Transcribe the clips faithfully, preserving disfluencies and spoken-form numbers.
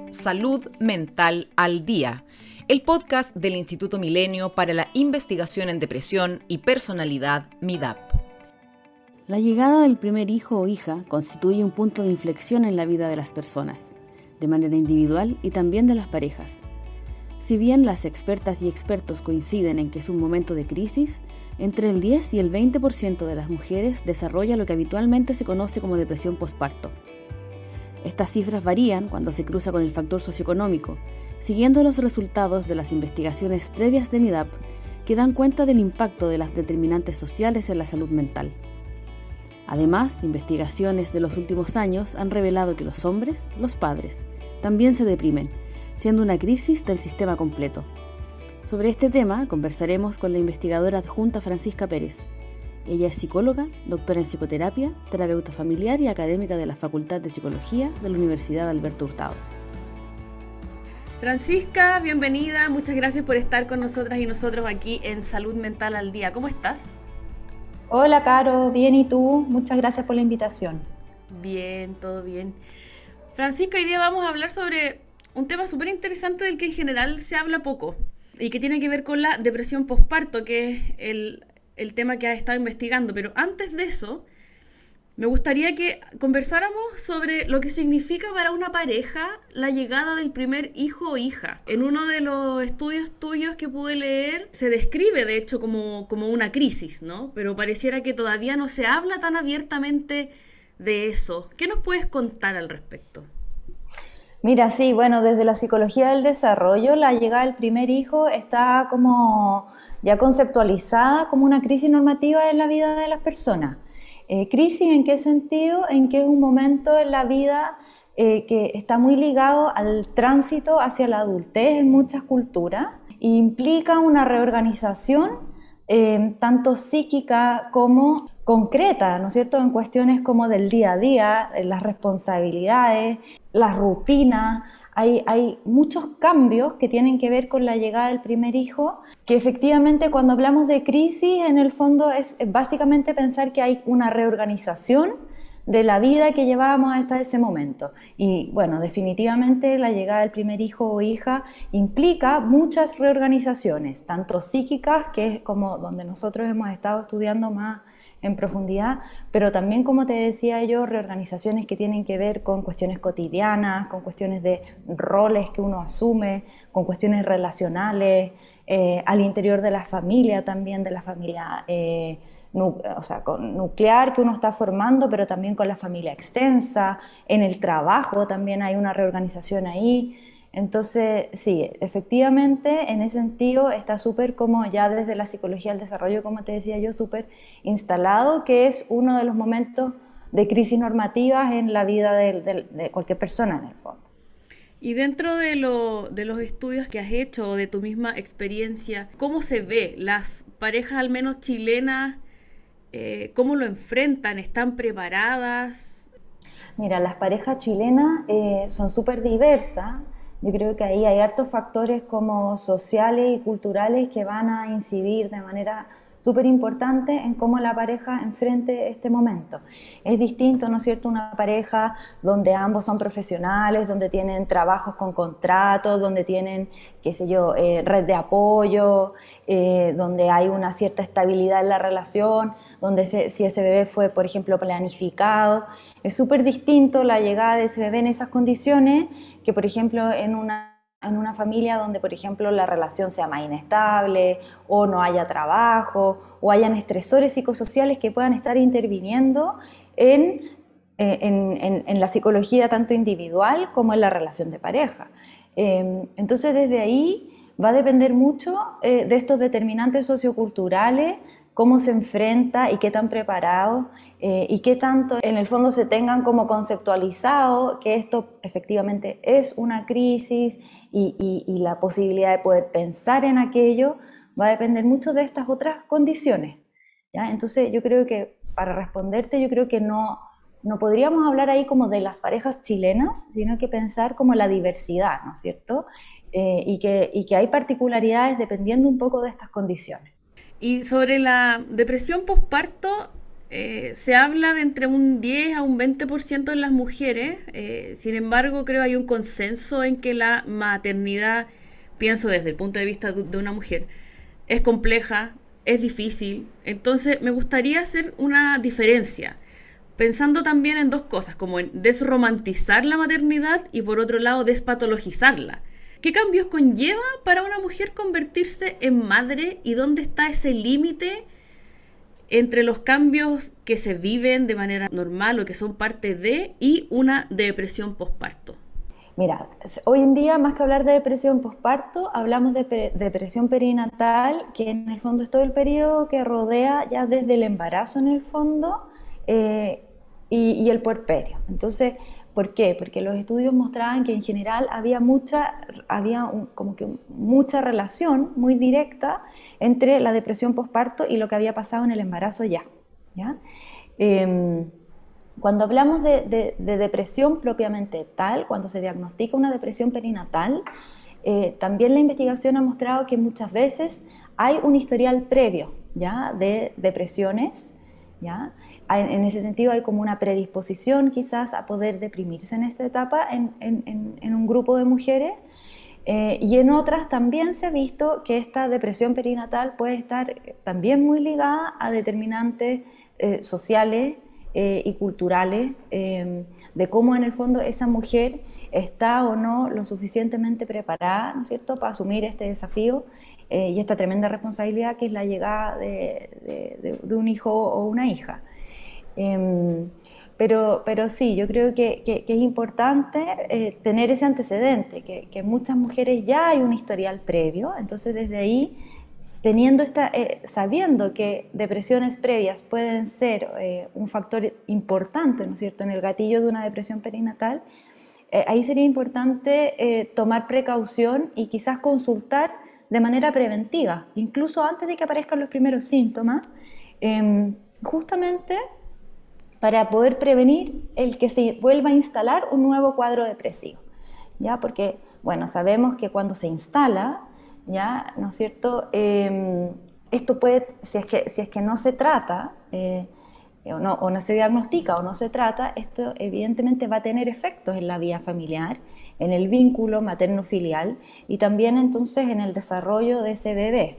Salud Mental al Día, el podcast del Instituto Milenio para la Investigación en Depresión y Personalidad, MIDAP. La llegada del primer hijo o hija constituye un punto de inflexión en la vida de las personas, de manera individual y también de las parejas. Si bien las expertas y expertos coinciden en que es un momento de crisis, entre el diez y el veinte por ciento de las mujeres desarrolla lo que habitualmente se conoce como depresión posparto. Estas cifras varían cuando se cruza con el factor socioeconómico, siguiendo los resultados de las investigaciones previas de MIDAP que dan cuenta del impacto de las determinantes sociales en la salud mental. Además, investigaciones de los últimos años han revelado que los hombres, los padres, también se deprimen, siendo una crisis del sistema completo. Sobre este tema conversaremos con la investigadora adjunta Francisca Pérez. Ella es psicóloga, doctora en psicoterapia, terapeuta familiar y académica de la Facultad de Psicología de la Universidad Alberto Hurtado. Francisca, bienvenida, muchas gracias por estar con nosotras y nosotros aquí en Salud Mental al Día. ¿Cómo estás? Hola, Caro, bien, ¿y tú? Muchas gracias por la invitación. Bien, todo bien. Francisca, hoy día vamos a hablar sobre un tema súper interesante del que en general se habla poco y que tiene que ver con la depresión posparto, que es el, el tema que has estado investigando. Pero antes de eso, me gustaría que conversáramos sobre lo que significa para una pareja la llegada del primer hijo o hija. En uno de los estudios tuyos que pude leer, se describe de hecho como, como una crisis, ¿no? Pero pareciera que todavía no se habla tan abiertamente de eso. ¿Qué nos puedes contar al respecto? Mira, sí, bueno, desde la psicología del desarrollo, la llegada del primer hijo está como ya conceptualizada como una crisis normativa en la vida de las personas. Eh, ¿Crisis en qué sentido? En que es un momento en la vida eh, que está muy ligado al tránsito hacia la adultez en muchas culturas e implica una reorganización eh, tanto psíquica como concreta, ¿no es cierto?, en cuestiones como del día a día, las responsabilidades, las rutinas. Hay, hay muchos cambios que tienen que ver con la llegada del primer hijo, que efectivamente cuando hablamos de crisis, en el fondo es básicamente pensar que hay una reorganización de la vida que llevábamos hasta ese momento. Y bueno, definitivamente la llegada del primer hijo o hija implica muchas reorganizaciones, tanto psíquicas, que es como donde nosotros hemos estado estudiando más en profundidad, pero también, como te decía yo, reorganizaciones que tienen que ver con cuestiones cotidianas, con cuestiones de roles que uno asume, con cuestiones relacionales, eh, al interior de la familia también, de la familia eh, nu- o sea, con nuclear que uno está formando, pero también con la familia extensa, en el trabajo también hay una reorganización ahí. Entonces, sí, efectivamente, en ese sentido está súper como ya desde la psicología del desarrollo, como te decía yo, súper instalado, que es uno de los momentos de crisis normativas en la vida de, de, de cualquier persona, en el fondo. Y dentro de, lo, de los estudios que has hecho o de tu misma experiencia, ¿cómo se ve? Las parejas, al menos chilenas, eh, ¿cómo lo enfrentan? ¿Están preparadas? Mira, las parejas chilenas eh, son súper diversas. Yo creo que ahí hay hartos factores como sociales y culturales que van a incidir de manera súper importante en cómo la pareja enfrente este momento. Es distinto, ¿no es cierto?, una pareja donde ambos son profesionales, donde tienen trabajos con contratos, donde tienen, qué sé yo, eh, red de apoyo, eh, donde hay una cierta estabilidad en la relación, donde se, si ese bebé fue, por ejemplo, planificado. Es súper distinto la llegada de ese bebé en esas condiciones que, por ejemplo, en una en una familia donde, por ejemplo, la relación sea más inestable o no haya trabajo o hayan estresores psicosociales que puedan estar interviniendo en, en, en, en la psicología tanto individual como en la relación de pareja. Eh, entonces, desde ahí va a depender mucho eh, de estos determinantes socioculturales, cómo se enfrenta y qué tan preparado eh, y qué tanto en el fondo se tengan como conceptualizado que esto efectivamente es una crisis y, y, y la posibilidad de poder pensar en aquello va a depender mucho de estas otras condiciones, ¿ya? Entonces yo creo que para responderte yo creo que no, no podríamos hablar ahí como de las parejas chilenas, sino que pensar como la diversidad, ¿no es cierto? Eh, y, que, y que hay particularidades dependiendo un poco de estas condiciones. Y sobre la depresión posparto, eh, se habla de entre un diez a un veinte por ciento en las mujeres, eh, sin embargo creo hay un consenso en que la maternidad, pienso desde el punto de vista de, de una mujer, es compleja, es difícil, entonces me gustaría hacer una diferencia, pensando también en dos cosas, como en desromantizar la maternidad y por otro lado despatologizarla. ¿Qué cambios conlleva para una mujer convertirse en madre y dónde está ese límite entre los cambios que se viven de manera normal o que son parte de y una depresión posparto? Mira, hoy en día más que hablar de depresión posparto, hablamos de pre- depresión perinatal, que en el fondo es todo el periodo que rodea ya desde el embarazo en el fondo eh, y, y el puerperio. Entonces, ¿por qué? Porque los estudios mostraban que en general había mucha, había un, como que mucha relación muy directa entre la depresión posparto y lo que había pasado en el embarazo ya. ¿ya? Eh, cuando hablamos de, de, de depresión propiamente tal, cuando se diagnostica una depresión perinatal, eh, también la investigación ha mostrado que muchas veces hay un historial previo ¿ya? de depresiones, ¿ya? En ese sentido hay como una predisposición quizás a poder deprimirse en esta etapa en, en, en un grupo de mujeres eh, y en otras también se ha visto que esta depresión perinatal puede estar también muy ligada a determinantes eh, sociales eh, y culturales eh, de cómo en el fondo esa mujer está o no lo suficientemente preparada, ¿no es cierto?, para asumir este desafío eh, y esta tremenda responsabilidad que es la llegada de, de, de, de un hijo o una hija. Eh, pero, pero sí, yo creo que, que, que es importante eh, tener ese antecedente, que, que muchas mujeres ya hay un historial previo, entonces desde ahí, teniendo esta, eh, sabiendo que depresiones previas pueden ser eh, un factor importante, ¿no es cierto?, en el gatillo de una depresión perinatal, eh, ahí sería importante eh, tomar precaución y quizás consultar de manera preventiva, incluso antes de que aparezcan los primeros síntomas, eh, justamente para poder prevenir el que se vuelva a instalar un nuevo cuadro depresivo, ¿ya? Porque, bueno, sabemos que cuando se instala, ¿ya? ¿No es cierto? Eh, esto puede, si es que, si es que no se trata, eh, o, no, o no se diagnostica o no se trata, esto evidentemente va a tener efectos en la vida familiar, en el vínculo materno-filial y también entonces en el desarrollo de ese bebé.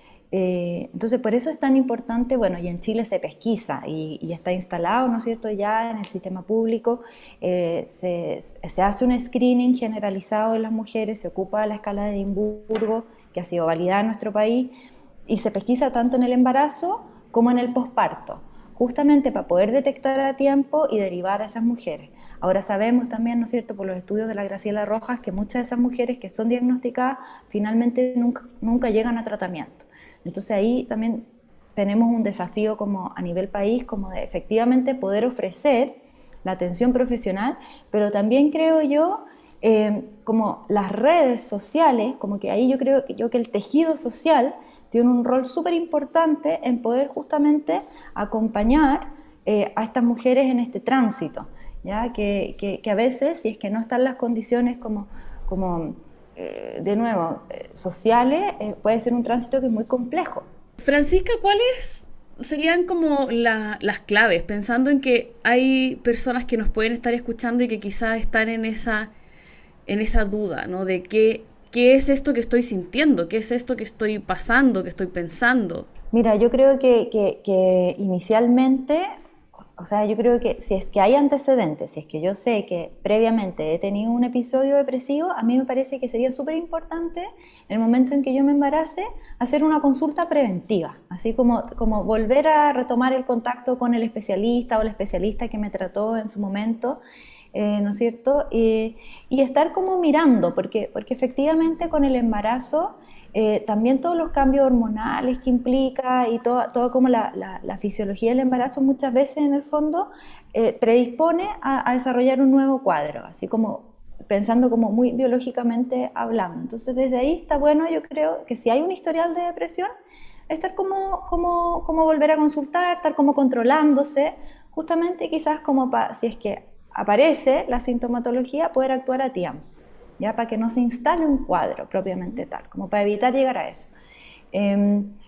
Eh, entonces, por eso es tan importante, bueno, y en Chile se pesquisa y, y está instalado, ¿no es cierto?, ya en el sistema público, eh, se, se hace un screening generalizado en las mujeres, se ocupa la escala de Edimburgo, que ha sido validada en nuestro país, y se pesquisa tanto en el embarazo como en el posparto, justamente para poder detectar a tiempo y derivar a esas mujeres. Ahora sabemos también, ¿no es cierto?, por los estudios de la Graciela Rojas, que muchas de esas mujeres que son diagnosticadas finalmente nunca, nunca llegan a tratamiento. Entonces ahí también tenemos un desafío como a nivel país, como de efectivamente poder ofrecer la atención profesional, pero también creo yo, eh, como las redes sociales, como que ahí yo creo que, yo que el tejido social tiene un rol súper importante en poder justamente acompañar eh, a estas mujeres en este tránsito, ¿ya? Que, que, que a veces, si es que no están las condiciones como... como Eh, de nuevo, eh, sociales, eh, puede ser un tránsito que es muy complejo. Francisca, ¿cuáles serían como la, las claves? Pensando en que hay personas que nos pueden estar escuchando y que quizás están en esa, en esa duda, ¿no? De qué, qué es esto que estoy sintiendo, qué es esto que estoy pasando, que estoy pensando. Mira, yo creo que, que, que inicialmente... O sea, yo creo que si es que hay antecedentes, si es que yo sé que previamente he tenido un episodio depresivo, a mí me parece que sería súper importante en el momento en que yo me embarace hacer una consulta preventiva, así como, como volver a retomar el contacto con el especialista o la especialista que me trató en su momento, eh, ¿no es cierto? Y, y estar como mirando, porque, porque efectivamente con el embarazo Eh, también todos los cambios hormonales que implica y todo, todo como la, la, la fisiología del embarazo muchas veces en el fondo eh, predispone a, a desarrollar un nuevo cuadro, así como pensando como muy biológicamente hablando. Entonces desde ahí está bueno, yo creo que si hay un historial de depresión, estar como, como, como volver a consultar, estar como controlándose, justamente quizás como para, si es que aparece la sintomatología, poder actuar a tiempo, ¿ya? Para que no se instale un cuadro propiamente tal, como para evitar llegar a eso. Eh,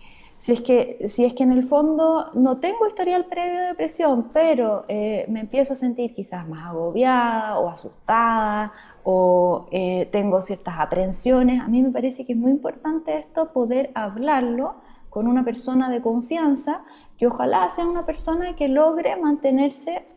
Si es que, si es que en el fondo no tengo historial previo de depresión, pero eh, me empiezo a sentir quizás más agobiada o asustada, o eh, tengo ciertas aprensiones, a mí me parece que es muy importante esto, poder hablarlo con una persona de confianza, que ojalá sea una persona que logre mantenerse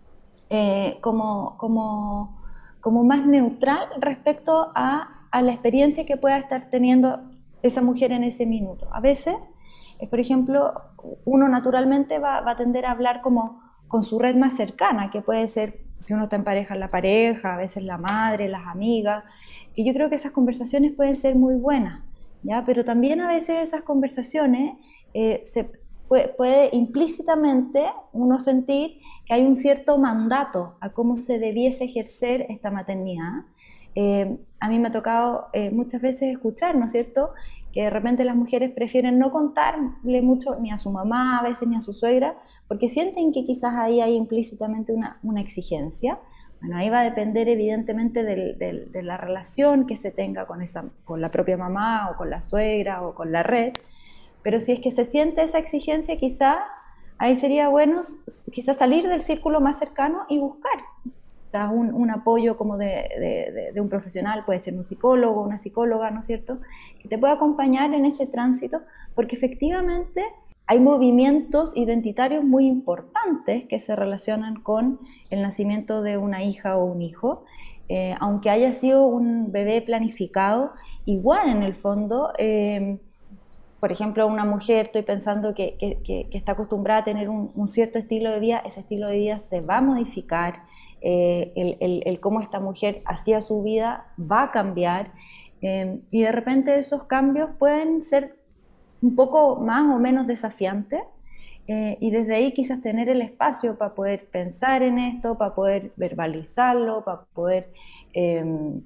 eh, como, como, como más neutral respecto a, a la experiencia que pueda estar teniendo esa mujer en ese minuto. A veces, eh, por ejemplo, uno naturalmente va, va a tender a hablar como con su red más cercana, que puede ser, si uno está en pareja, la pareja, a veces la madre, las amigas, y yo creo que esas conversaciones pueden ser muy buenas, ¿ya? Pero también a veces esas conversaciones eh, se puede, puede implícitamente uno sentir que hay un cierto mandato a cómo se debiese ejercer esta maternidad. Eh, a mí me ha tocado eh, muchas veces escuchar, ¿no es cierto?, que de repente las mujeres prefieren no contarle mucho ni a su mamá, a veces ni a su suegra, porque sienten que quizás ahí hay implícitamente una, una exigencia. Bueno, ahí va a depender evidentemente del, del, de la relación que se tenga con, esa, con la propia mamá o con la suegra o con la red, pero si es que se siente esa exigencia, quizás ahí sería bueno quizás salir del círculo más cercano y buscar Un, un apoyo como de, de, de, de un profesional, puede ser un psicólogo, una psicóloga, ¿no es cierto?, que te pueda acompañar en ese tránsito, porque efectivamente hay movimientos identitarios muy importantes que se relacionan con el nacimiento de una hija o un hijo, eh, aunque haya sido un bebé planificado, igual en el fondo, eh, por ejemplo, una mujer, estoy pensando que, que, que, que está acostumbrada a tener un, un cierto estilo de vida, ese estilo de vida se va a modificar. Eh, el, el, el cómo esta mujer hacía su vida va a cambiar, eh, y de repente esos cambios pueden ser un poco más o menos desafiantes, eh, y desde ahí quizás tener el espacio para poder pensar en esto, para poder verbalizarlo, para poder eh,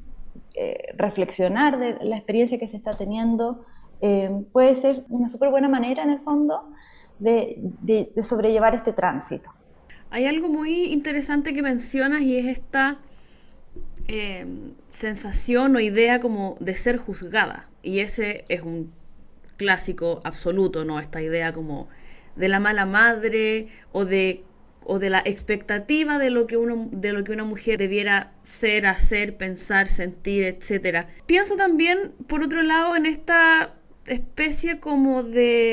eh, reflexionar de la experiencia que se está teniendo, eh, puede ser una súper buena manera en el fondo de, de, de sobrellevar este tránsito. Hay algo muy interesante que mencionas y es esta eh, sensación o idea como de ser juzgada. Y ese es un clásico absoluto, ¿no? Esta idea como de la mala madre o de, o de la expectativa de lo que uno, de lo que una mujer debiera ser, hacer, pensar, sentir, etcétera. Pienso también, por otro lado, en esta especie como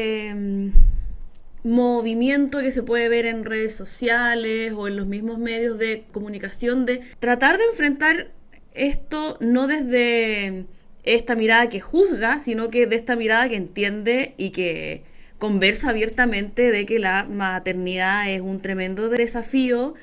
de movimiento que se puede ver en redes sociales o en los mismos medios de comunicación, de tratar de enfrentar esto no desde esta mirada que juzga, sino que de esta mirada que entiende y que conversa abiertamente de que la maternidad es un tremendo desafío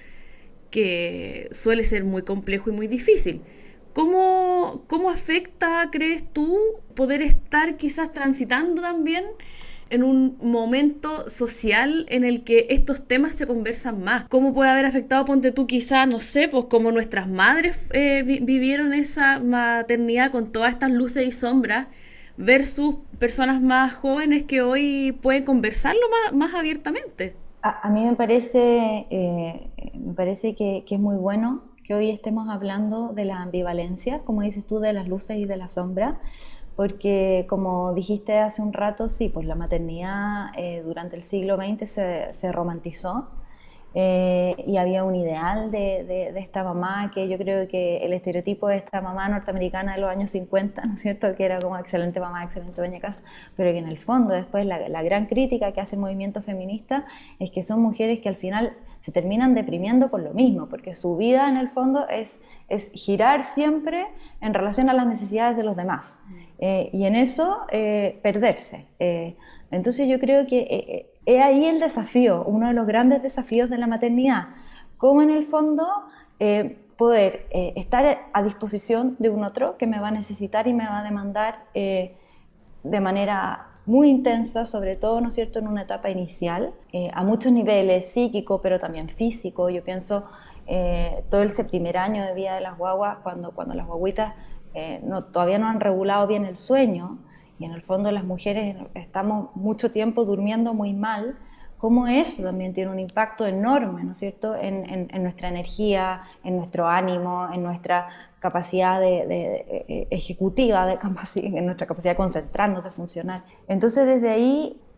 que suele ser muy complejo y muy difícil. ¿Cómo, cómo afecta, crees tú, poder estar quizás transitando también en un momento social en el que estos temas se conversan más? ¿Cómo puede haber afectado, ponte tú, quizás, no sé, pues como nuestras madres eh, vi- vivieron esa maternidad con todas estas luces y sombras versus personas más jóvenes que hoy pueden conversarlo más, más abiertamente? A, a mí me parece, eh, me parece que, que es muy bueno que hoy estemos hablando de la ambivalencia, como dices tú, de las luces y de las sombras, porque como dijiste hace un rato, sí, pues la maternidad eh, durante el siglo veinte se, se romantizó, eh, y había un ideal de, de, de esta mamá, que yo creo que el estereotipo de esta mamá norteamericana de los años cincuenta, ¿no es cierto?, que era como excelente mamá, excelente dueña de casa, pero que en el fondo después la, la gran crítica que hace el movimiento feminista es que son mujeres que al final se terminan deprimiendo por lo mismo, porque su vida en el fondo es, es girar siempre en relación a las necesidades de los demás. Eh, y en eso eh, perderse. Eh, entonces yo creo que eh, es ahí el desafío, uno de los grandes desafíos de la maternidad, cómo en el fondo eh, poder eh, estar a disposición de un otro que me va a necesitar y me va a demandar eh, de manera muy intensa, sobre todo, ¿no es cierto?, en una etapa inicial, eh, a muchos niveles, psíquico, pero también físico. Yo pienso eh, todo ese primer año de vida de las guaguas, cuando, cuando las guaguitas Eh, no, todavía no han regulado bien el sueño, y en el fondo las mujeres estamos mucho tiempo durmiendo muy mal, cómo eso también tiene un impacto enorme, ¿no es cierto?, en, en, en nuestra energía, en nuestro ánimo, en nuestra capacidad de, de, de, ejecutiva, de capaci- en nuestra capacidad de concentrarnos, de funcionar. Entonces desde ahí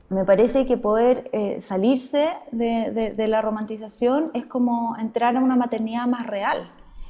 me parece que poder eh, salirse de, de, de la romantización es como entrar a una maternidad más real.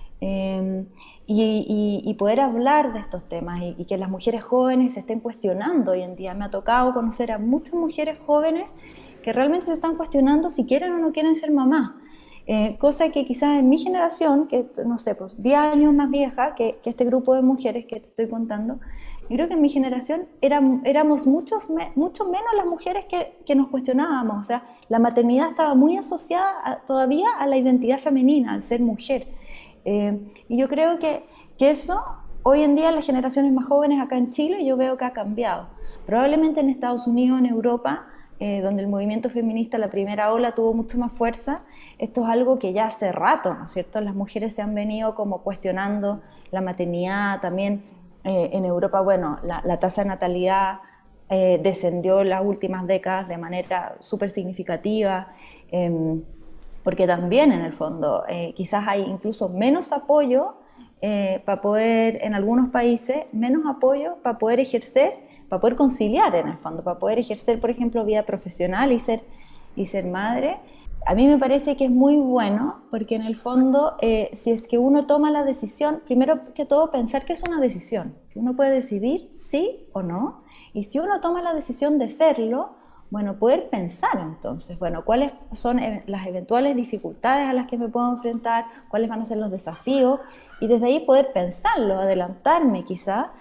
Eh, y, y, y poder hablar de estos temas y, y que las mujeres jóvenes se estén cuestionando hoy en día. Me ha tocado conocer a muchas mujeres jóvenes que realmente se están cuestionando si quieren o no quieren ser mamás. Eh, cosa que quizás en mi generación, que no sé, pues diez años más vieja que, que este grupo de mujeres que te estoy contando, yo creo que en mi generación éramos, éramos muchos, mucho menos las mujeres que, que nos cuestionábamos. O sea, la maternidad estaba muy asociada a, todavía a la identidad femenina, al ser mujer. Eh, y yo creo que, que eso, hoy en día, las generaciones más jóvenes acá en Chile, yo veo que ha cambiado. Probablemente en Estados Unidos, en Europa, eh, donde el movimiento feminista, la primera ola, tuvo mucho más fuerza, esto es algo que ya hace rato, ¿no es cierto? Las mujeres se han venido como cuestionando la maternidad, también eh, en Europa, bueno, la, la tasa de natalidad eh, descendió en las últimas décadas de manera súper significativa, eh, porque también en el fondo eh, quizás hay incluso menos apoyo eh, para poder, en algunos países, menos apoyo para poder ejercer, para poder conciliar en el fondo, para poder ejercer, por ejemplo, vida profesional y ser, y ser madre. A mí me parece que es muy bueno, porque en el fondo, eh, si es que uno toma la decisión, primero que todo pensar que es una decisión, que uno puede decidir sí o no, y si uno toma la decisión de serlo, bueno, poder pensar entonces, bueno, cuáles son las eventuales dificultades a las que me puedo enfrentar, cuáles van a ser los desafíos, y desde ahí poder pensarlo, adelantarme quizá,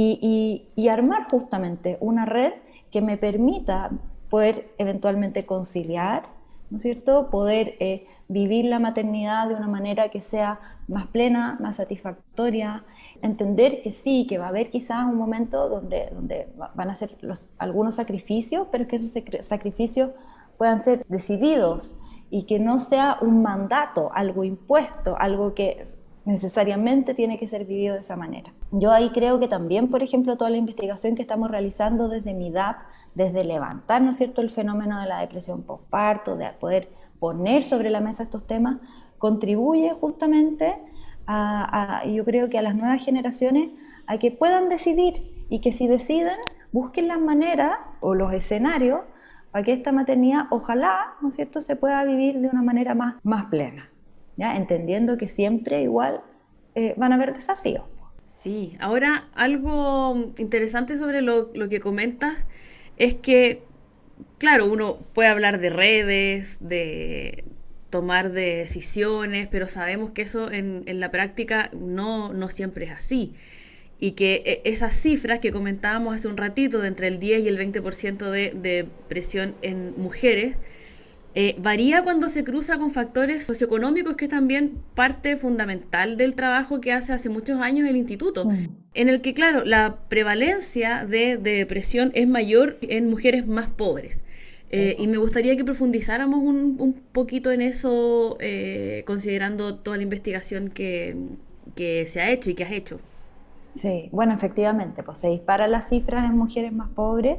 y, y, y armar justamente una red que me permita poder eventualmente conciliar, ¿no es cierto?, poder eh, vivir la maternidad de una manera que sea más plena, más satisfactoria, entender que sí, que va a haber quizás un momento donde, donde van a ser los, algunos sacrificios, pero que esos sacrificios puedan ser decididos y que no sea un mandato, algo impuesto, algo que necesariamente tiene que ser vivido de esa manera. Yo ahí creo que también, por ejemplo, toda la investigación que estamos realizando desde MIDAP, desde levantar, ¿no es cierto?, el fenómeno de la depresión postparto, de poder poner sobre la mesa estos temas, contribuye justamente a, a, yo creo que a las nuevas generaciones a que puedan decidir y que si deciden, busquen las maneras o los escenarios para que esta maternidad, ojalá, ¿no es cierto?, se pueda vivir de una manera más, más plena, ¿ya? Entendiendo que siempre igual eh, van a haber desafíos. Sí, ahora algo interesante sobre lo, lo que comentas es que, claro, uno puede hablar de redes, de tomar decisiones, pero sabemos que eso en, en la práctica no, no siempre es así. Y que esas cifras que comentábamos hace un ratito, de entre el diez y el veinte por ciento de, de presión en mujeres, eh, varía cuando se cruza con factores socioeconómicos, que es también parte fundamental del trabajo que hace hace muchos años el instituto, mm. en el que, claro, la prevalencia de, de depresión es mayor en mujeres más pobres. Eh, y me gustaría que profundizáramos un, un poquito en eso, eh, considerando toda la investigación que, que se ha hecho y que has hecho. Sí, bueno, efectivamente, pues se disparan las cifras en mujeres más pobres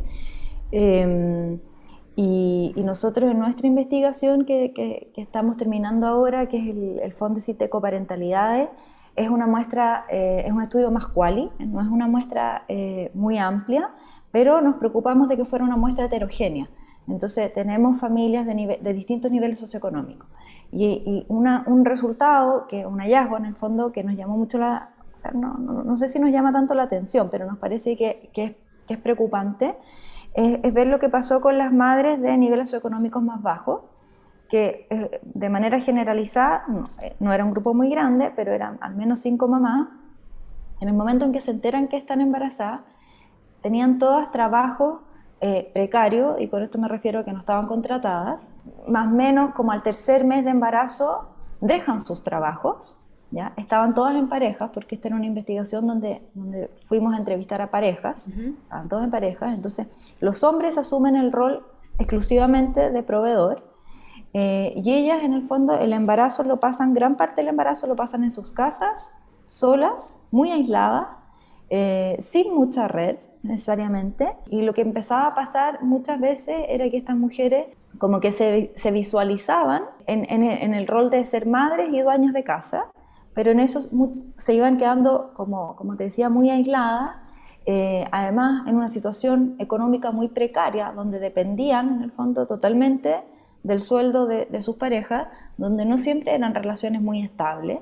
eh, y, y nosotros en nuestra investigación que, que, que estamos terminando ahora, que es el, el Fondesit Ecoparentalidades, es una muestra, eh, es un estudio más quali, no es una muestra eh, muy amplia, pero nos preocupamos de que fuera una muestra heterogénea. Entonces tenemos familias de, nive- de distintos niveles socioeconómicos y, y una, un resultado, que un hallazgo en el fondo que nos llamó mucho la, o sea, no, no, no sé si nos llama tanto la atención, pero nos parece que, que, es, que es preocupante, es, es ver lo que pasó con las madres de niveles socioeconómicos más bajos, que eh, de manera generalizada, no, eh, no era un grupo muy grande, pero eran al menos cinco mamás, en el momento en que se enteran que están embarazadas, tenían todas trabajos Eh, precario, y con esto me refiero a que no estaban contratadas, más o menos como al tercer mes de embarazo dejan sus trabajos, ¿ya? Estaban todas en parejas, porque esta era una investigación donde, donde fuimos a entrevistar a parejas, uh-huh. Estaban todas en parejas, entonces los hombres asumen el rol exclusivamente de proveedor, eh, y ellas en el fondo el embarazo lo pasan, gran parte del embarazo lo pasan en sus casas, solas, muy aisladas, eh, sin mucha red, necesariamente, y lo que empezaba a pasar muchas veces era que estas mujeres como que se, se visualizaban en, en, en el rol de ser madres y dueñas de casa, pero en eso se iban quedando, como, como te decía, muy aisladas, eh, además en una situación económica muy precaria, donde dependían en el fondo totalmente del sueldo de, de sus parejas, donde no siempre eran relaciones muy estables.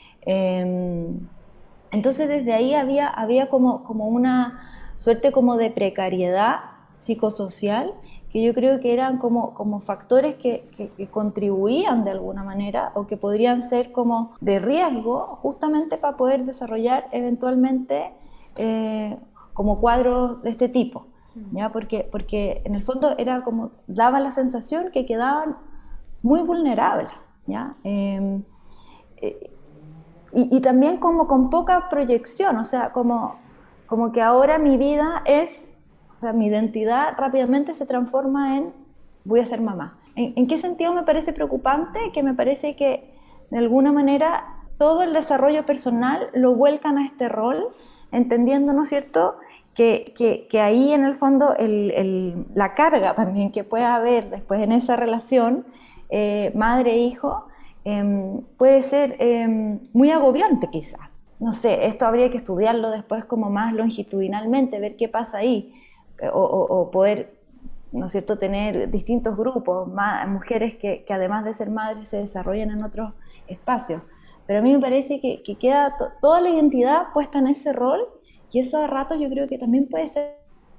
Eh, entonces desde ahí había, había como, como una suerte como de precariedad psicosocial, que yo creo que eran como, como factores que, que, que contribuían de alguna manera o que podrían ser como de riesgo justamente para poder desarrollar eventualmente eh, como cuadros de este tipo, ¿ya? Porque, porque en el fondo era como, daba la sensación que quedaban muy vulnerables, ¿ya? Eh, eh, y, y también como con poca proyección, o sea, como, como que ahora mi vida es... O sea, mi identidad rápidamente se transforma en voy a ser mamá. ¿En, ¿En qué sentido me parece preocupante? Que me parece que de alguna manera todo el desarrollo personal lo vuelcan a este rol, entendiendo, ¿no es cierto?, que, que, que ahí en el fondo el, el, la carga también que puede haber después en esa relación eh, madre-hijo eh, puede ser eh, muy agobiante quizás. No sé, esto habría que estudiarlo después como más longitudinalmente, ver qué pasa ahí. O, o, o poder, ¿no es cierto?, tener distintos grupos, más, mujeres que, que además de ser madres se desarrollan en otros espacios. Pero a mí me parece que, que queda to, toda la identidad puesta en ese rol, y eso a ratos yo creo que también puede ser,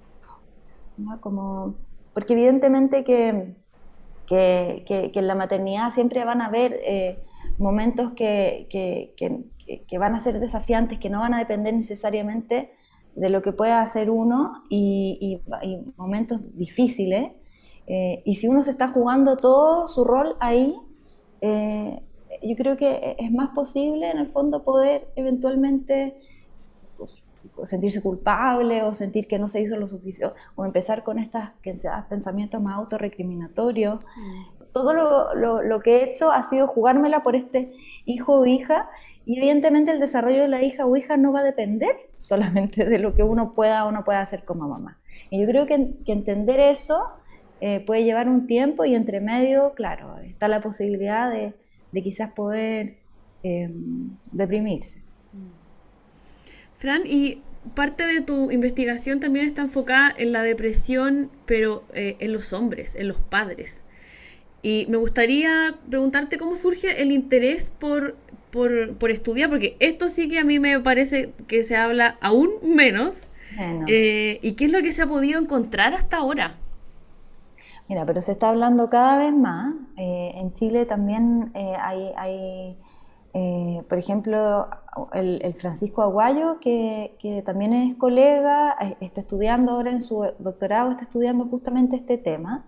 ¿no? Como, porque evidentemente que, que, que, que en la maternidad siempre van a haber eh, momentos que, que, que, que van a ser desafiantes, que no van a depender necesariamente de lo que pueda hacer uno y, y, y momentos difíciles, eh, y si uno se está jugando todo su rol ahí, eh, yo creo que es más posible en el fondo poder eventualmente pues, sentirse culpable o sentir que no se hizo lo suficiente, o empezar con estos pensamientos más autorrecriminatorios. Mm. Todo lo, lo, lo que he hecho ha sido jugármela por este hijo o hija. Y evidentemente el desarrollo de la hija o hija no va a depender solamente de lo que uno pueda o no pueda hacer como mamá. Y yo creo que, que entender eso eh, puede llevar un tiempo, y entre medio, claro, está la posibilidad de, de quizás poder eh, deprimirse. Fran, y parte de tu investigación también está enfocada en la depresión, pero eh, en los hombres, en los padres. Y me gustaría preguntarte cómo surge el interés por, por, por estudiar, porque esto sí que a mí me parece que se habla aún menos. menos. Eh, ¿Y qué es lo que se ha podido encontrar hasta ahora? Mira, pero se está hablando cada vez más. Eh, en Chile también eh, hay, hay eh, por ejemplo, el, el Francisco Aguayo, que, que también es colega, está estudiando ahora en su doctorado, está estudiando justamente este tema.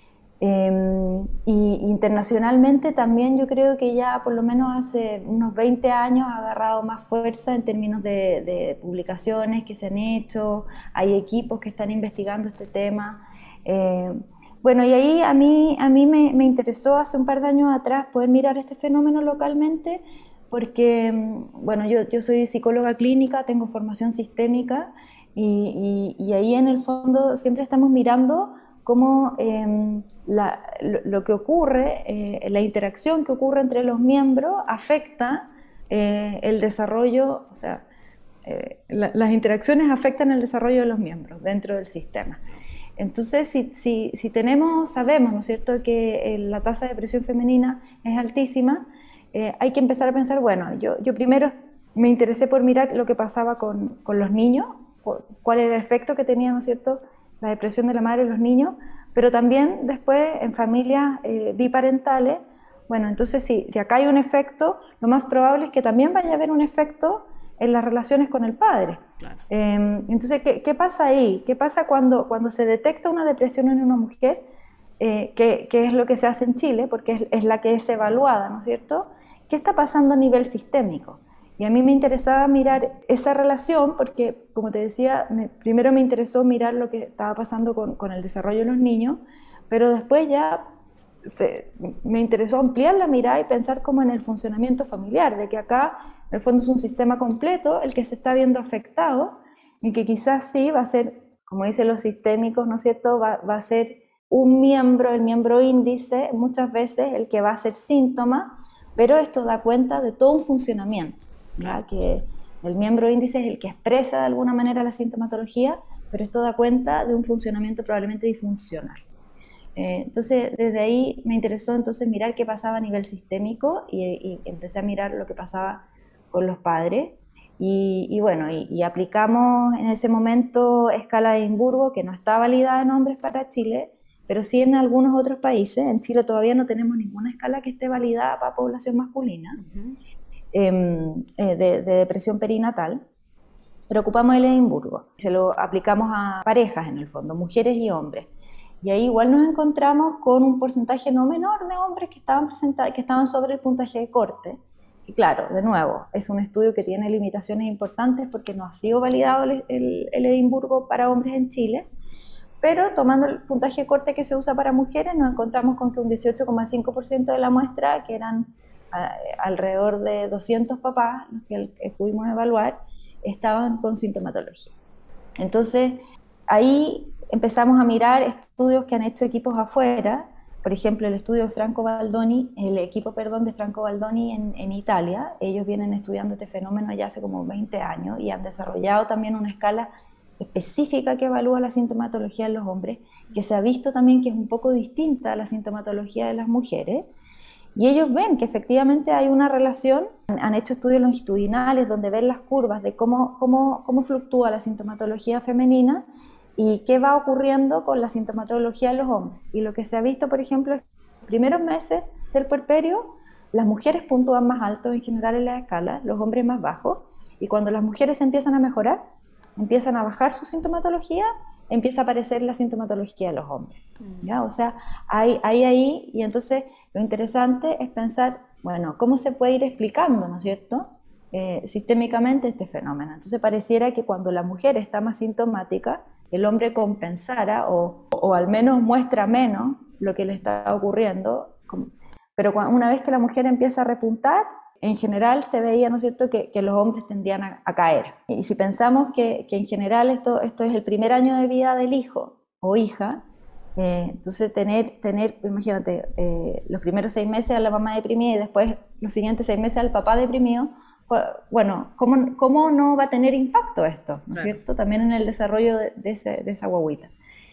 Eh, y internacionalmente también yo creo que ya por lo menos hace unos veinte años ha agarrado más fuerza en términos de, de publicaciones que se han hecho, hay equipos que están investigando este tema. Eh, bueno, y ahí a mí, a mí me, me interesó hace un par de años atrás poder mirar este fenómeno localmente, porque bueno, yo, yo soy psicóloga clínica, tengo formación sistémica, y, y, y ahí en el fondo siempre estamos mirando cómo eh, la, lo, lo que ocurre, eh, la interacción que ocurre entre los miembros afecta eh, el desarrollo, o sea, eh, la, las interacciones afectan el desarrollo de los miembros dentro del sistema. Entonces, si, si, si tenemos, sabemos, ¿no es cierto?, que eh, la tasa de depresión femenina es altísima, eh, hay que empezar a pensar, bueno, yo, yo primero me interesé por mirar lo que pasaba con, con los niños, cuál era el efecto que tenía, ¿no es cierto?, la depresión de la madre y los niños, pero también después en familias eh, biparentales. Bueno, entonces si, si acá hay un efecto, lo más probable es que también vaya a haber un efecto en las relaciones con el padre. Claro. Eh, entonces, ¿qué, ¿qué pasa ahí? ¿Qué pasa cuando, cuando se detecta una depresión en una mujer? Eh, que, que es lo que se hace en Chile, porque es, es la que es evaluada, ¿no es cierto? ¿Qué está pasando a nivel sistémico? Y a mí me interesaba mirar esa relación porque, como te decía, me, primero me interesó mirar lo que estaba pasando con, con el desarrollo de los niños, pero después ya se, me interesó ampliar la mirada y pensar como en el funcionamiento familiar, de que acá en el fondo es un sistema completo el que se está viendo afectado y que quizás sí va a ser, como dicen los sistémicos, ¿no es cierto?, va, va a ser un miembro, el miembro índice, muchas veces el que va a ser síntoma, pero esto da cuenta de todo un funcionamiento. ¿Ya? Que, El miembro índice es el que expresa de alguna manera la sintomatología, pero esto da cuenta de un funcionamiento probablemente disfuncional. Eh, entonces, desde ahí me interesó entonces mirar qué pasaba a nivel sistémico y, y empecé a mirar lo que pasaba con los padres. Y, y bueno, y, y aplicamos en ese momento escala de Edimburgo, que no está validada en hombres para Chile, pero sí en algunos otros países. En Chile todavía no tenemos ninguna escala que esté validada para población masculina, uh-huh. eh, eh, de, de depresión perinatal, pero ocupamos el Edimburgo. Se lo aplicamos a parejas en el fondo, mujeres y hombres. Y ahí igual nos encontramos con un porcentaje no menor de hombres que estaban, presentados, que estaban sobre el puntaje de corte. Y claro, de nuevo, es un estudio que tiene limitaciones importantes porque no ha sido validado el, el, el Edimburgo para hombres en Chile, pero tomando el puntaje de corte que se usa para mujeres, nos encontramos con que un dieciocho coma cinco por ciento de la muestra, que eran a, alrededor de doscientos papás, los que, que pudimos evaluar, estaban con sintomatología. Entonces, ahí empezamos a mirar estudios que han hecho equipos afuera, por ejemplo, el estudio de Franco Baldoni, el equipo, perdón, de Franco Baldoni en, en Italia. Ellos vienen estudiando este fenómeno ya hace como veinte años y han desarrollado también una escala específica que evalúa la sintomatología en los hombres, que se ha visto también que es un poco distinta a la sintomatología de las mujeres. Y ellos ven que efectivamente hay una relación, han hecho estudios longitudinales donde ven las curvas de cómo, cómo, cómo fluctúa la sintomatología femenina y qué va ocurriendo con la sintomatología de los hombres. Y lo que se ha visto, por ejemplo, es que en los primeros meses del puerperio, las mujeres puntúan más alto en general en las escalas, los hombres más bajos, y cuando las mujeres empiezan a mejorar, empiezan a bajar su sintomatología, empieza a aparecer la sintomatología de los hombres. ¿Ya? O sea, hay, hay ahí, y entonces lo interesante es pensar, bueno, ¿cómo se puede ir explicando, ¿no es cierto?, eh, sistémicamente este fenómeno? Entonces pareciera que cuando la mujer está más sintomática, el hombre compensara o, o al menos muestra menos lo que le está ocurriendo, pero cuando, una vez que la mujer empieza a repuntar, en general se veía, ¿no es cierto?, que, que los hombres tendían a, a caer. Y si pensamos que, que en general esto, esto es el primer año de vida del hijo o hija, eh, entonces tener, tener imagínate, eh, los primeros seis meses a la mamá deprimida y después los siguientes seis meses al papá deprimido, bueno, ¿cómo, cómo no va a tener impacto esto, ¿no es cierto?, también en el desarrollo de, de, ese, de esa guaguita.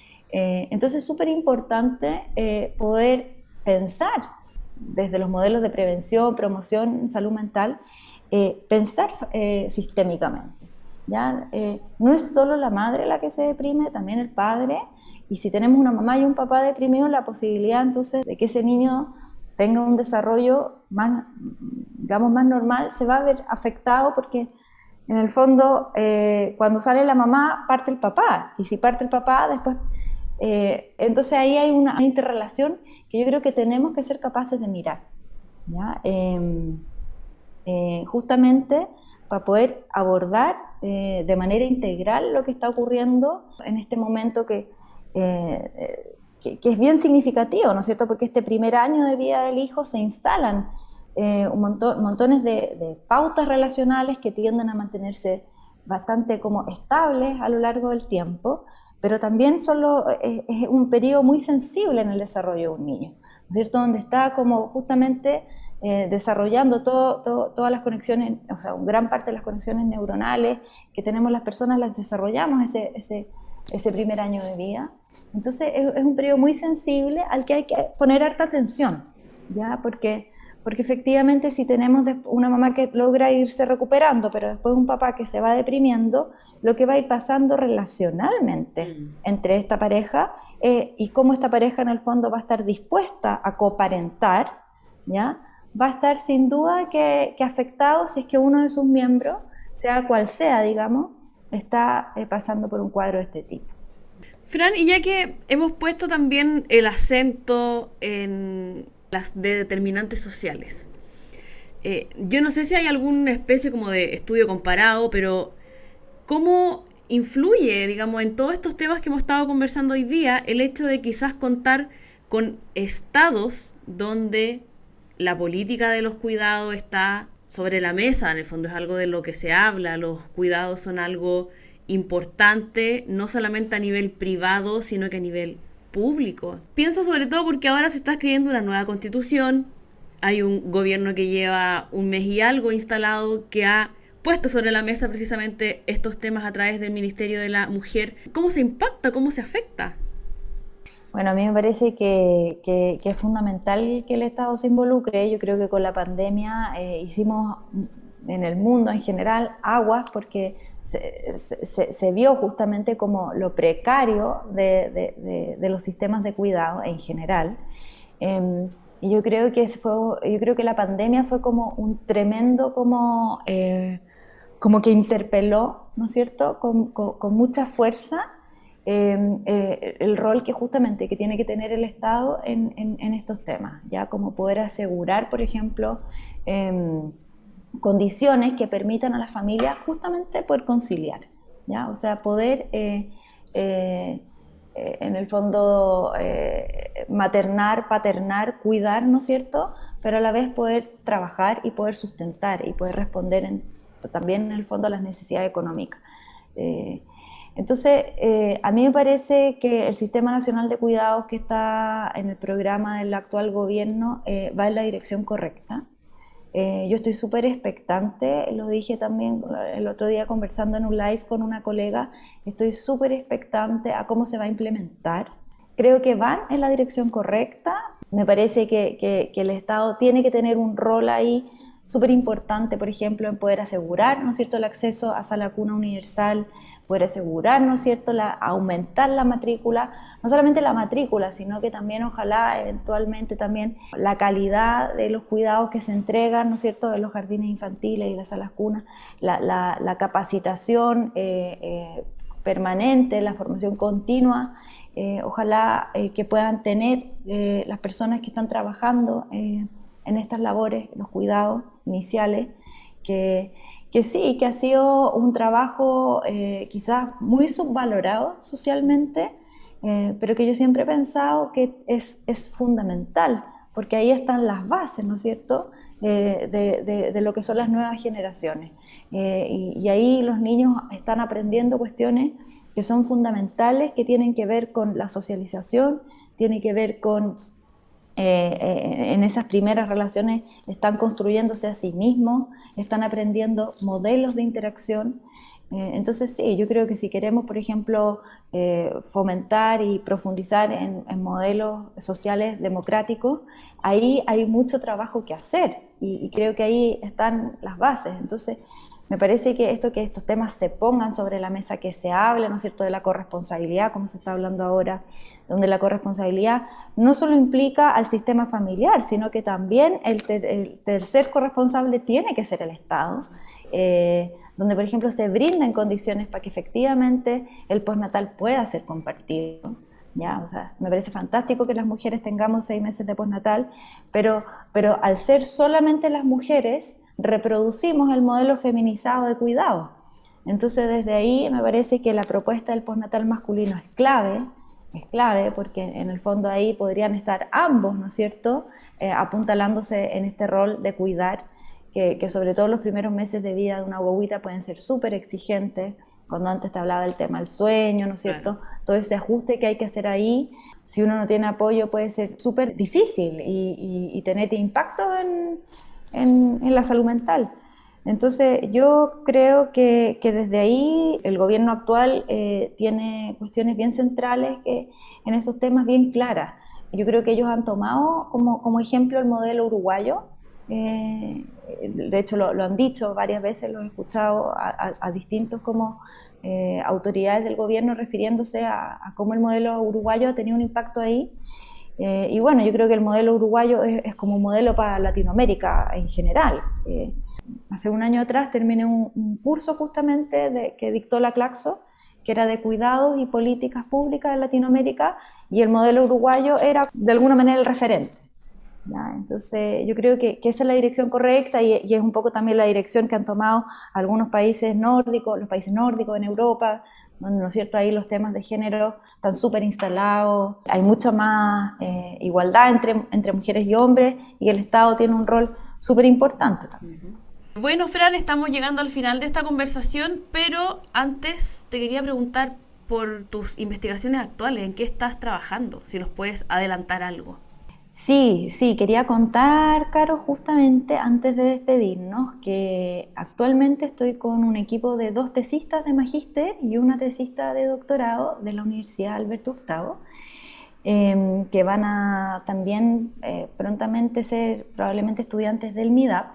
Eh, entonces es súper importante eh, poder pensar desde los modelos de prevención, promoción, salud mental, eh, pensar eh, sistémicamente. ¿Ya? Eh, no es solo la madre la que se deprime, también el padre, y si tenemos una mamá y un papá deprimidos, la posibilidad entonces de que ese niño tenga un desarrollo más, digamos, más normal, se va a ver afectado porque en el fondo eh, cuando sale la mamá parte el papá, y si parte el papá después, eh, entonces ahí hay una interrelación que yo creo que tenemos que ser capaces de mirar, ¿ya? Eh, eh, justamente para poder abordar eh, de manera integral lo que está ocurriendo en este momento que, eh, que, que es bien significativo, ¿no es cierto?, porque este primer año de vida del hijo se instalan eh, un montón, montones de, de pautas relacionales que tienden a mantenerse bastante como estables a lo largo del tiempo, pero también solo es, es un periodo muy sensible en el desarrollo de un niño, ¿no es cierto?, donde está como justamente eh, desarrollando todo, todo, todas las conexiones, o sea, gran parte de las conexiones neuronales que tenemos las personas las desarrollamos ese, ese, ese primer año de vida. Entonces es, es un periodo muy sensible al que hay que poner harta atención, ¿ya? Porque, porque efectivamente si tenemos una mamá que logra irse recuperando, pero después un papá que se va deprimiendo, lo que va a ir pasando relacionalmente mm. entre esta pareja eh, y cómo esta pareja en el fondo va a estar dispuesta a coparentar, ¿ya?, va a estar sin duda que, que afectado si es que uno de sus miembros, sea cual sea, digamos, está eh, pasando por un cuadro de este tipo. Fran, y ya que hemos puesto también el acento en las de determinantes sociales, eh, yo no sé si hay alguna especie como de estudio comparado, pero ¿cómo influye, digamos, en todos estos temas que hemos estado conversando hoy día el hecho de quizás contar con estados donde la política de los cuidados está sobre la mesa? En el fondo es algo de lo que se habla, los cuidados son algo importante, no solamente a nivel privado, sino que a nivel público. Pienso sobre todo porque ahora se está escribiendo una nueva constitución, hay un gobierno que lleva un mes y algo instalado que ha puesto sobre la mesa precisamente estos temas a través del Ministerio de la Mujer. ¿Cómo se impacta? ¿Cómo se afecta? Bueno, a mí me parece que, que, que es fundamental que el Estado se involucre. Yo creo que con la pandemia eh, hicimos en el mundo en general aguas porque se, se, se vio justamente como lo precario de, de, de, de los sistemas de cuidado en general. Eh, y yo creo que fue, yo creo que la pandemia fue como un tremendo como, eh, como que interpeló, ¿no es cierto?, con, con, con mucha fuerza. Eh, eh, el rol que justamente que tiene que tener el Estado en, en, en estos temas, ya como poder asegurar, por ejemplo, eh, condiciones que permitan a las familias justamente poder conciliar, ya, o sea, poder eh, eh, eh, en el fondo eh, maternar, paternar, cuidar, ¿no es cierto?, pero a la vez poder trabajar y poder sustentar y poder responder en, también en el fondo a las necesidades económicas. Eh, Entonces, eh, a mí me parece que el Sistema Nacional de Cuidados que está en el programa del actual gobierno eh, va en la dirección correcta. Eh, yo estoy súper expectante, lo dije también el otro día conversando en un live con una colega, estoy súper expectante a cómo se va a implementar. Creo que van en la dirección correcta. Me parece que, que, que el Estado tiene que tener un rol ahí súper importante, por ejemplo, en poder asegurar, ¿no es cierto?, el acceso a sala cuna universal, poder asegurar, ¿no es cierto?, la, aumentar la matrícula, no solamente la matrícula, sino que también ojalá eventualmente también la calidad de los cuidados que se entregan, ¿no es cierto?, en los jardines infantiles y las salas cunas, la, la, la capacitación eh, eh, permanente, la formación continua, eh, ojalá eh, que puedan tener eh, las personas que están trabajando eh, en estas labores, los cuidados iniciales, que, que sí, que ha sido un trabajo eh, quizás muy subvalorado socialmente, eh, pero que yo siempre he pensado que es, es fundamental, porque ahí están las bases, ¿no es cierto?, eh, de, de, de lo que son las nuevas generaciones. Eh, y, y ahí los niños están aprendiendo cuestiones que son fundamentales, que tienen que ver con la socialización, tienen que ver con Eh, eh, en esas primeras relaciones están construyéndose a sí mismos, están aprendiendo modelos de interacción. Eh, entonces sí, yo creo que si queremos, por ejemplo, eh, fomentar y profundizar en, en modelos sociales democráticos, ahí hay mucho trabajo que hacer y, y creo que ahí están las bases. Entonces me parece que esto, que estos temas se pongan sobre la mesa, que se hable, ¿no es cierto?, de la corresponsabilidad, como se está hablando ahora, donde la corresponsabilidad no solo implica al sistema familiar, sino que también el, ter el tercer corresponsable tiene que ser el Estado, eh, donde, por ejemplo, se brinden condiciones para que efectivamente el postnatal pueda ser compartido. Ya, o sea, me parece fantástico que las mujeres tengamos seis meses de postnatal, pero, pero al ser solamente las mujeres, reproducimos el modelo feminizado de cuidado. Entonces, desde ahí me parece que la propuesta del postnatal masculino es clave, es clave porque en el fondo ahí podrían estar ambos, ¿no es cierto?, eh, apuntalándose en este rol de cuidar, que, que sobre todo los primeros meses de vida de una guaguita pueden ser súper exigentes, cuando antes te hablaba del tema del sueño, ¿no es cierto?, claro. Todo ese ajuste que hay que hacer ahí, si uno no tiene apoyo puede ser súper difícil y, y, y tener impacto en, en, en la salud mental. Entonces yo creo que, que desde ahí el gobierno actual eh, tiene cuestiones bien centrales que, en esos temas bien claras. Yo creo que ellos han tomado como, como ejemplo el modelo uruguayo, eh, de hecho lo, lo han dicho varias veces, lo he escuchado a, a, a distintos como eh, autoridades del gobierno refiriéndose a, a cómo el modelo uruguayo ha tenido un impacto ahí. Eh, y bueno, yo creo que el modelo uruguayo es, es como un modelo para Latinoamérica en general. Eh, hace un año atrás terminé un, un curso justamente de, que dictó la Claxo, que era de cuidados y políticas públicas en Latinoamérica, y el modelo uruguayo era de alguna manera el referente. ¿Ya? Entonces yo creo que, que esa es la dirección correcta y, y es un poco también la dirección que han tomado algunos países nórdicos, los países nórdicos en Europa, donde, ¿no es cierto?, ahí los temas de género están súper instalados, hay mucha más eh, igualdad entre, entre mujeres y hombres, y el Estado tiene un rol súper importante también. Bueno, Fran, estamos llegando al final de esta conversación, pero antes te quería preguntar por tus investigaciones actuales, ¿en qué estás trabajando? Si nos puedes adelantar algo. Sí, sí, quería contar, Caro, justamente antes de despedirnos, que actualmente estoy con un equipo de dos tesistas de magíster y una tesista de doctorado de la Universidad Alberto Hurtado, eh, que van a también eh, prontamente ser probablemente estudiantes del MIDAP.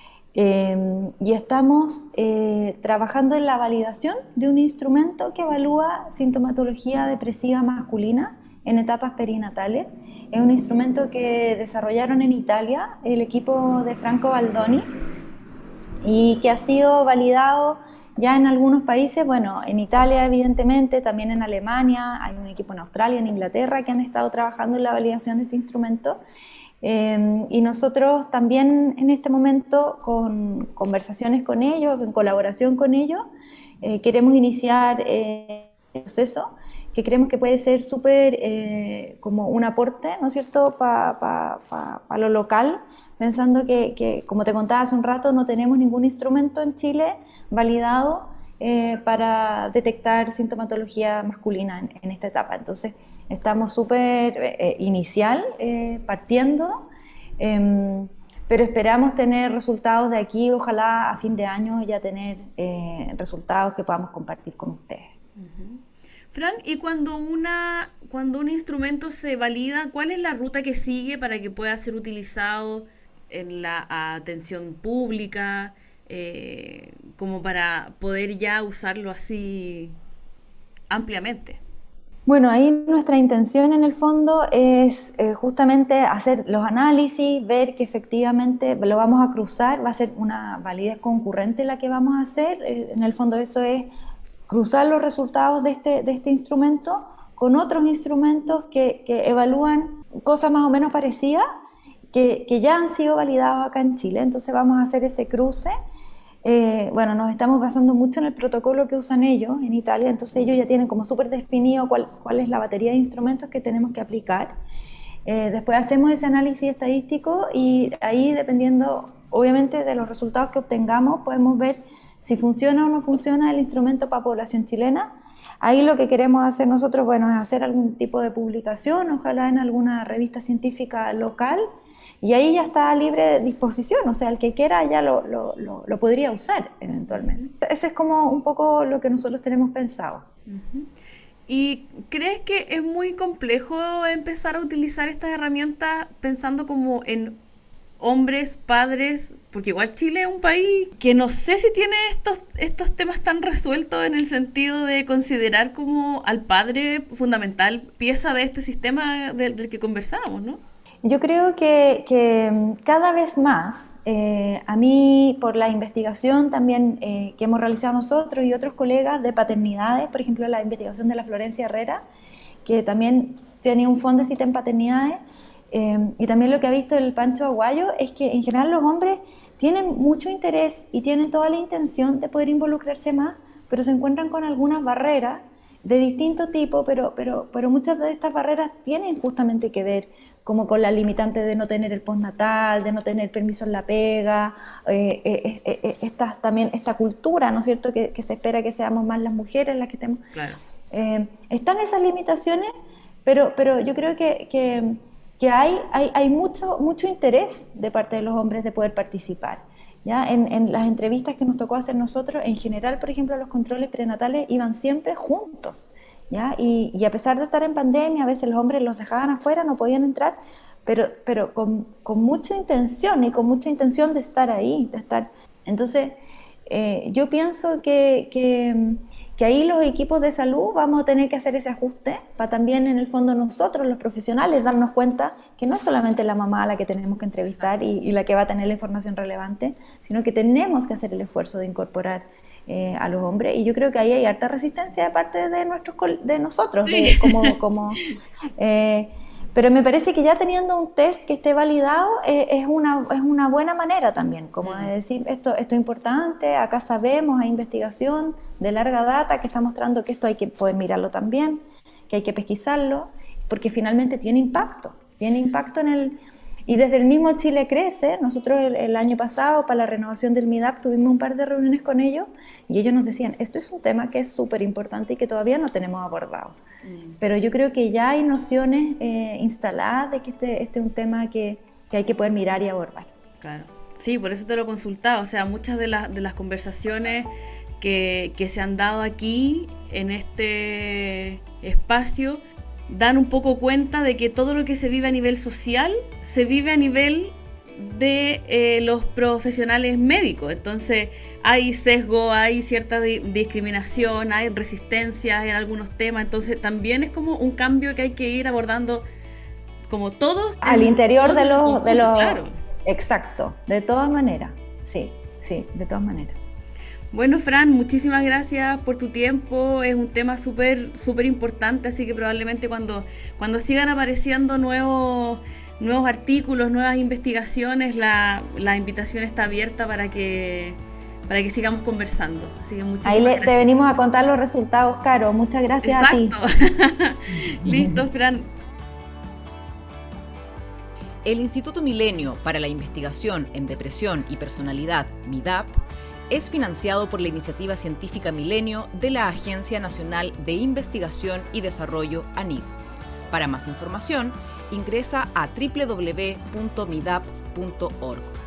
Eh, y estamos eh, trabajando en la validación de un instrumento que evalúa sintomatología depresiva masculina en etapas perinatales. Es un instrumento que desarrollaron en Italia el equipo de Franco Baldoni y que ha sido validado ya en algunos países, bueno, en Italia evidentemente, también en Alemania, hay un equipo en Australia, en Inglaterra, que han estado trabajando en la validación de este instrumento. Eh, y nosotros también en este momento, con conversaciones con ellos, en colaboración con ellos, eh, queremos iniciar eh, el proceso que creemos que puede ser súper eh, como un aporte, ¿no es cierto?, para pa, pa, pa lo local, pensando que, que, como te contaba hace un rato, no tenemos ningún instrumento en Chile validado eh, para detectar sintomatología masculina en, en esta etapa. Entonces, estamos súper eh, inicial, eh, partiendo, eh, pero esperamos tener resultados de aquí, ojalá a fin de año ya tener eh, resultados que podamos compartir con ustedes. Uh-huh. Fran, y cuando, una, cuando un instrumento se valida, ¿cuál es la ruta que sigue para que pueda ser utilizado en la atención pública, eh, como para poder ya usarlo así ampliamente? Bueno, ahí nuestra intención en el fondo es eh, justamente hacer los análisis, ver que efectivamente lo vamos a cruzar, va a ser una validez concurrente la que vamos a hacer. Eh, en el fondo eso es cruzar los resultados de este, de este instrumento con otros instrumentos que, que evalúan cosas más o menos parecidas, que, que ya han sido validados acá en Chile. Entonces vamos a hacer ese cruce. Eh, bueno, nos estamos basando mucho en el protocolo que usan ellos en Italia, entonces ellos ya tienen como súper definido cuál, cuál es la batería de instrumentos que tenemos que aplicar. Eh, después hacemos ese análisis estadístico y ahí, dependiendo obviamente de los resultados que obtengamos, podemos ver si funciona o no funciona el instrumento para población chilena. Ahí lo que queremos hacer nosotros, bueno, es hacer algún tipo de publicación, ojalá en alguna revista científica local, y ahí ya está libre de disposición, o sea, el que quiera ya lo, lo, lo, lo podría usar eventualmente. Ese es como un poco lo que nosotros tenemos pensado. Uh-huh. ¿Y crees que es muy complejo empezar a utilizar estas herramientas pensando como en hombres, padres? Porque igual Chile es un país que no sé si tiene estos, estos temas tan resueltos en el sentido de considerar como al padre fundamental, pieza de este sistema del, del que conversábamos, ¿no? Yo creo que, que cada vez más, eh, a mí por la investigación también eh, que hemos realizado nosotros y otros colegas de paternidades, por ejemplo la investigación de la Florencia Herrera, que también tenía un fondo de en paternidades, eh, y también lo que ha visto el Pancho Aguayo es que en general los hombres tienen mucho interés y tienen toda la intención de poder involucrarse más, pero se encuentran con algunas barreras de distinto tipo, pero, pero, pero muchas de estas barreras tienen justamente que ver como con la limitante de no tener el postnatal, de no tener permiso en la pega, eh, eh, eh, eh, esta, también esta cultura, ¿no es cierto?, que, que se espera que seamos más las mujeres las que estemos. Claro. Eh, están esas limitaciones, pero, pero yo creo que, que, que hay, hay, hay mucho, mucho interés de parte de los hombres de poder participar. ¿Ya? En, en las entrevistas que nos tocó hacer nosotros, en general, por ejemplo, los controles prenatales iban siempre juntos. ¿Ya? Y, y a pesar de estar en pandemia, a veces los hombres los dejaban afuera, no podían entrar, pero, pero con, con mucha intención y con mucha intención de estar ahí, de estar. Entonces, eh, yo pienso que, que, que ahí los equipos de salud vamos a tener que hacer ese ajuste para también, en el fondo, nosotros, los profesionales, darnos cuenta que no es solamente la mamá a la que tenemos que entrevistar y, y la que va a tener la información relevante, sino que tenemos que hacer el esfuerzo de incorporar Eh, a los hombres, y yo creo que ahí hay harta resistencia de parte de, nuestros, de nosotros, sí. de, como, como, eh, pero me parece que ya teniendo un test que esté validado eh, es, una, es una buena manera también, como de decir, esto, esto es importante, acá sabemos, hay investigación de larga data que está mostrando que esto hay que poder mirarlo también, que hay que pesquisarlo, porque finalmente tiene impacto, tiene impacto en el... Y desde el mismo Chile Crece, nosotros el, el año pasado para la renovación del MIDAP tuvimos un par de reuniones con ellos y ellos nos decían, esto es un tema que es súper importante y que todavía no tenemos abordado. Mm. Pero yo creo que ya hay nociones eh, instaladas de que este, este es un tema que, que hay que poder mirar y abordar. Claro. Sí, por eso te lo consultaba. O sea, muchas de, la, de las conversaciones que, que se han dado aquí en este espacio dan un poco cuenta de que todo lo que se vive a nivel social se vive a nivel de eh, los profesionales médicos. Entonces hay sesgo, hay cierta di- discriminación, hay resistencia en algunos temas. Entonces también es como un cambio que hay que ir abordando como todos. Al interior de los... De los claro. Exacto, de todas maneras, sí, sí, de todas maneras. Bueno, Fran, muchísimas gracias por tu tiempo. Es un tema súper súper importante, así que probablemente cuando, cuando sigan apareciendo nuevos, nuevos artículos, nuevas investigaciones, la, la invitación está abierta para que, para que sigamos conversando. Así que muchísimas Ahí le, gracias. Te venimos a contar los resultados, Caro. Muchas gracias. Exacto. A ti. Listo, Fran. El Instituto Milenio para la Investigación en Depresión y Personalidad, MIDAP, es financiado por la Iniciativa Científica Milenio de la Agencia Nacional de Investigación y Desarrollo, ANID. Para más información, ingresa a doble u doble u doble u punto midap punto org.